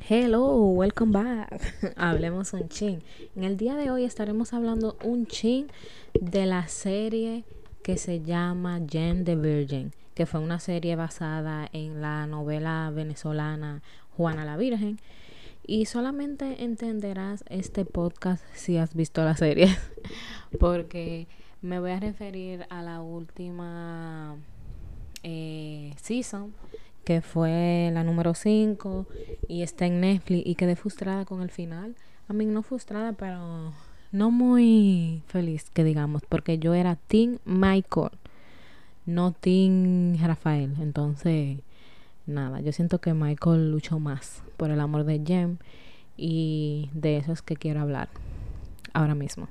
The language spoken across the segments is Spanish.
Hello, welcome back. Hablemos un chin. En el día de hoy estaremos hablando un chin de la serie que se llama Jane the Virgin, que fue una serie basada en la novela venezolana Juana la Virgen. Y solamente entenderás este podcast si has visto la serie, porque me voy a referir a la última season, que fue la número 5 y está en Netflix, y quedé frustrada con el final. A mí no frustrada, pero no muy feliz, que digamos, porque yo era Team Michael, no Team Rafael. Entonces, nada, yo siento que Michael luchó más por el amor de Jem, y de eso es que quiero hablar ahora mismo.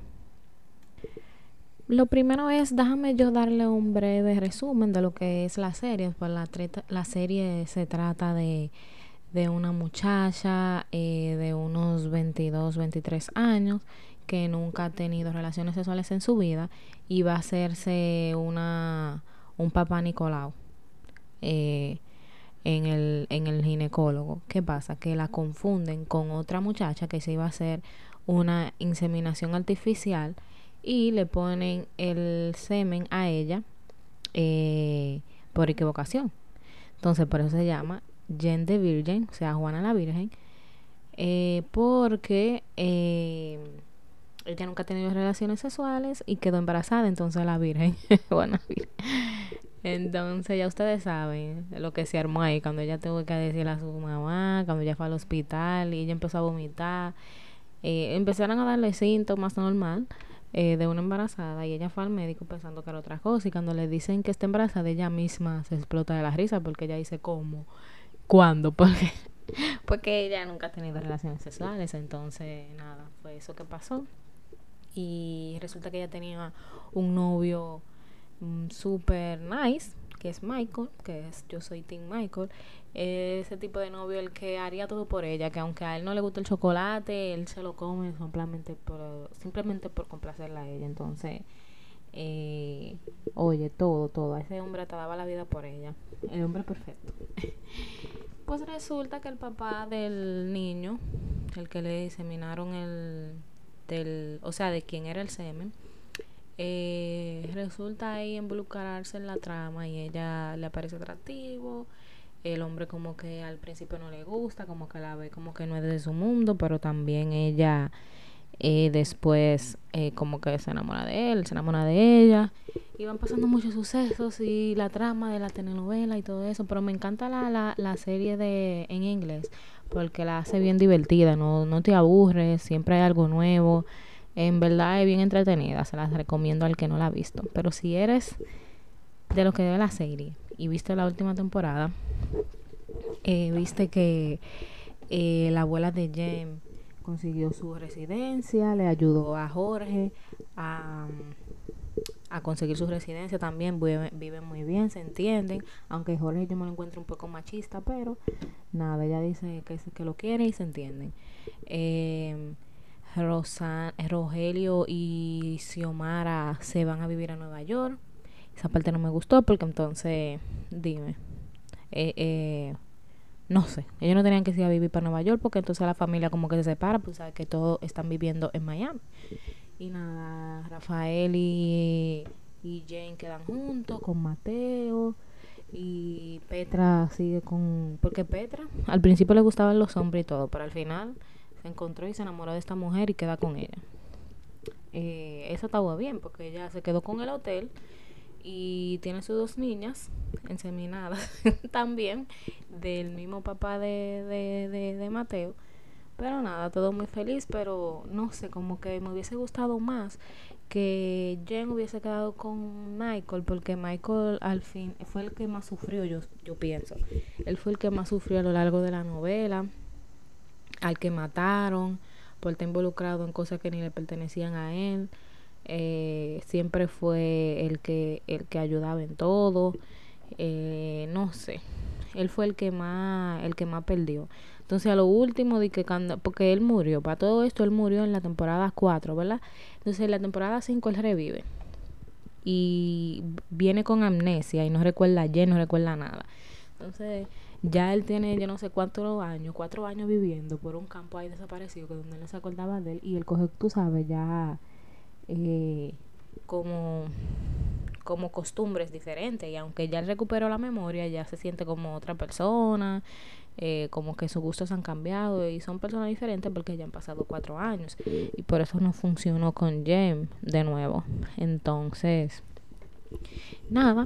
Lo primero es, déjame yo darle un breve resumen de lo que es la serie. Pues la serie se trata de una muchacha de unos 22, 23 años que nunca ha tenido relaciones sexuales en su vida y va a hacerse un papá Nicolau eh, en el ginecólogo. ¿Qué pasa? Que la confunden con otra muchacha que se iba a hacer una inseminación artificial y le ponen el semen a ella por equivocación. Entonces, por eso se llama Jane the Virgin, o sea, Juana la Virgen, porque ella nunca ha tenido relaciones sexuales y quedó embarazada. Entonces la Virgen, Juana Virgen. Entonces ya ustedes saben lo que se armó ahí cuando ella tuvo que decirle a su mamá, cuando ella fue al hospital y ella empezó a vomitar. Empezaron a darle síntomas normal de una embarazada, y ella fue al médico pensando que era otra cosa, y cuando le dicen que está embarazada, ella misma se explota de la risa porque ella dice, ¿cómo? ¿Cuándo? Porque ella nunca ha tenido relaciones sexuales. Entonces nada, fue eso que pasó, y resulta que ella tenía un novio super nice, que es Michael, que es yo soy Team Michael. Ese tipo de novio el que haría todo por ella, que aunque a él no le gusta el chocolate, él se lo come simplemente por complacerla a ella. Entonces, oye, todo, ese hombre te daba la vida por ella, el hombre perfecto. Pues resulta que el papá del niño, el que le diseminaron o sea, de quién era el semen, resulta ahí involucrarse en la trama, y ella le parece atractivo. El hombre como que al principio no le gusta, como que la ve como que no es de su mundo, pero también ella después como que se enamora de él, se enamora de ella, y van pasando muchos sucesos y la trama de la telenovela y todo eso. Pero me encanta la serie en inglés, porque la hace bien divertida, no te aburres, siempre hay algo nuevo. En verdad es bien entretenida, se las recomiendo al que no la ha visto. Pero si eres de lo que ve la serie y viste la última temporada, viste que la abuela de Jem consiguió su residencia, le ayudó a Jorge a conseguir su residencia también. Viven muy bien, se entienden, aunque Jorge yo me lo encuentro un poco machista, pero nada, ella dice que lo quiere y se entienden. Rogelio y Xiomara se van a vivir a Nueva York. Esa parte no me gustó porque entonces, dime, no sé, ellos no tenían que ir a vivir para Nueva York, porque entonces la familia como que se separa, pues sabe que todos están viviendo en Miami. Y nada, Rafael y Jane quedan juntos con Mateo, y Petra sigue porque Petra al principio le gustaban los hombres y todo, pero al final se encontró y se enamoró de esta mujer y queda con ella. Eso estaba bien, porque ella se quedó con el hotel y tiene sus 2 niñas inseminadas también, del mismo papá de Mateo. Pero nada, todo muy feliz. Pero no sé, como que me hubiese gustado más que Jen hubiese quedado con Michael, porque Michael al fin fue el que más sufrió, yo pienso. Él fue el que más sufrió a lo largo de la novela, al que mataron por estar involucrado en cosas que ni le pertenecían a él. Siempre fue el que ayudaba en todo. No sé, él fue el que más perdió. Entonces a lo último de que porque él murió, para todo esto él murió en la temporada 4, ¿verdad? Entonces en la temporada 5 él revive y viene con amnesia y no recuerda ayer, no recuerda nada. Entonces Ya él tiene yo no sé cuántos años, 4 años viviendo por un campo ahí desaparecido, que donde no se acordaba de él, y él coge, tú sabes, ya eh, como, como costumbres diferentes, y aunque ya él recuperó la memoria, ya se siente como otra persona, como que sus gustos han cambiado y son personas diferentes porque ya han pasado 4 años, y por eso no funcionó con James de nuevo. Entonces, nada,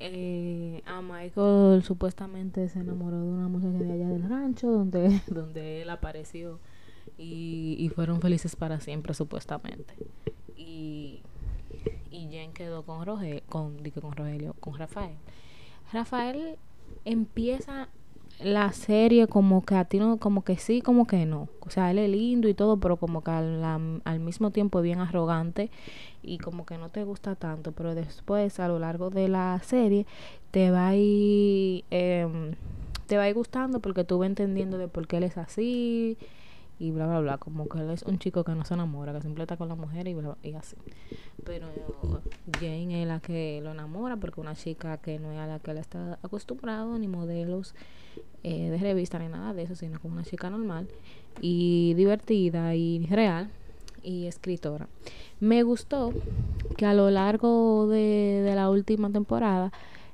a Michael supuestamente se enamoró de una muchacha de allá del rancho donde, donde él apareció, y fueron felices para siempre supuestamente. Y, y Jen quedó con Rogelio, con Rafael. Rafael empieza la serie como que a ti no, como que sí, como que no. O sea, él es lindo y todo, pero como que al mismo tiempo es bien arrogante y como que no te gusta tanto. Pero después, a lo largo de la serie, te va a ir, te va a ir gustando porque tú vas entendiendo de por qué él es así y bla, bla, bla. Como que él es un chico que no se enamora, que siempre está con la mujer y, bla, y así. Pero Jane es la que lo enamora porque una chica que no es a la que él está acostumbrado, ni modelos de revista ni nada de eso, sino como una chica normal y divertida y real y escritora. Me gustó que a lo largo de la última temporada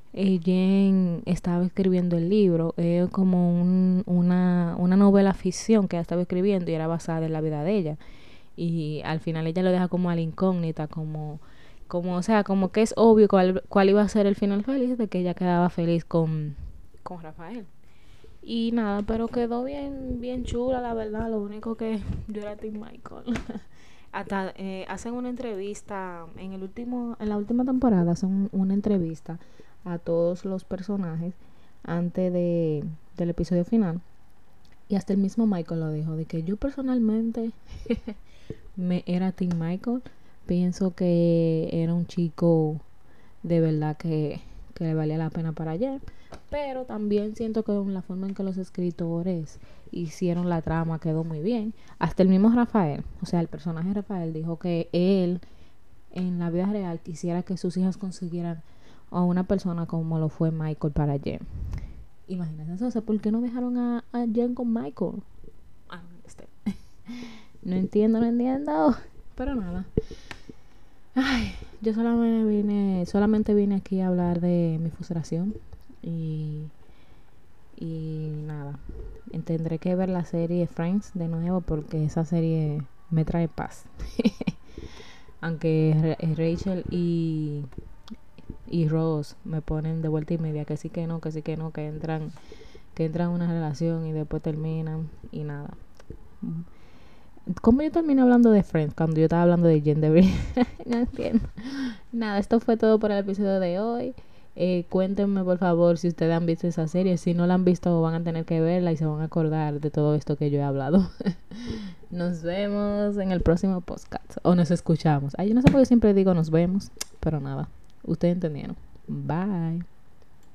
Jen estaba escribiendo el libro, como una novela ficción que ella estaba escribiendo y era basada en la vida de ella, y al final ella lo deja como a la incógnita, como o sea, como que es obvio cuál iba a ser el final feliz, de que ella quedaba feliz con Rafael. Y nada, pero quedó bien, bien chula, la verdad. Lo único que yo era Team Michael. Hasta hacen una entrevista en la última temporada, hacen una entrevista a todos los personajes antes del episodio final. Y hasta el mismo Michael lo dijo, de que yo personalmente me era Team Michael. Pienso que era un chico de verdad que le valía la pena para ayer. Pero también siento que la forma en que los escritores hicieron la trama quedó muy bien. Hasta el mismo Rafael, o sea, el personaje de Rafael dijo que él en la vida real quisiera que sus hijas consiguieran a una persona como lo fue Michael para Jen. Imagínense eso, o sea, ¿por qué no dejaron a Jen con Michael? Ah, no entiendo, no entiendo. Pero nada. Ay, yo solamente vine aquí a hablar de mi frustración y nada. Tendré que ver la serie Friends de nuevo porque esa serie me trae paz. Aunque Rachel y Ross me ponen de vuelta y media que sí que no, que sí que no, que entran en una relación y después terminan y nada. ¿Cómo yo terminé hablando de Friends cuando yo estaba hablando de Gender? No entiendo. Nada, esto fue todo por el episodio de hoy. Cuéntenme por favor si ustedes han visto esa serie. Si no la han visto van a tener que verla y se van a acordar de todo esto que yo he hablado. Nos vemos en el próximo podcast. O nos escuchamos. Ay, yo no sé por qué siempre digo nos vemos. Pero nada, ustedes entendieron. Bye.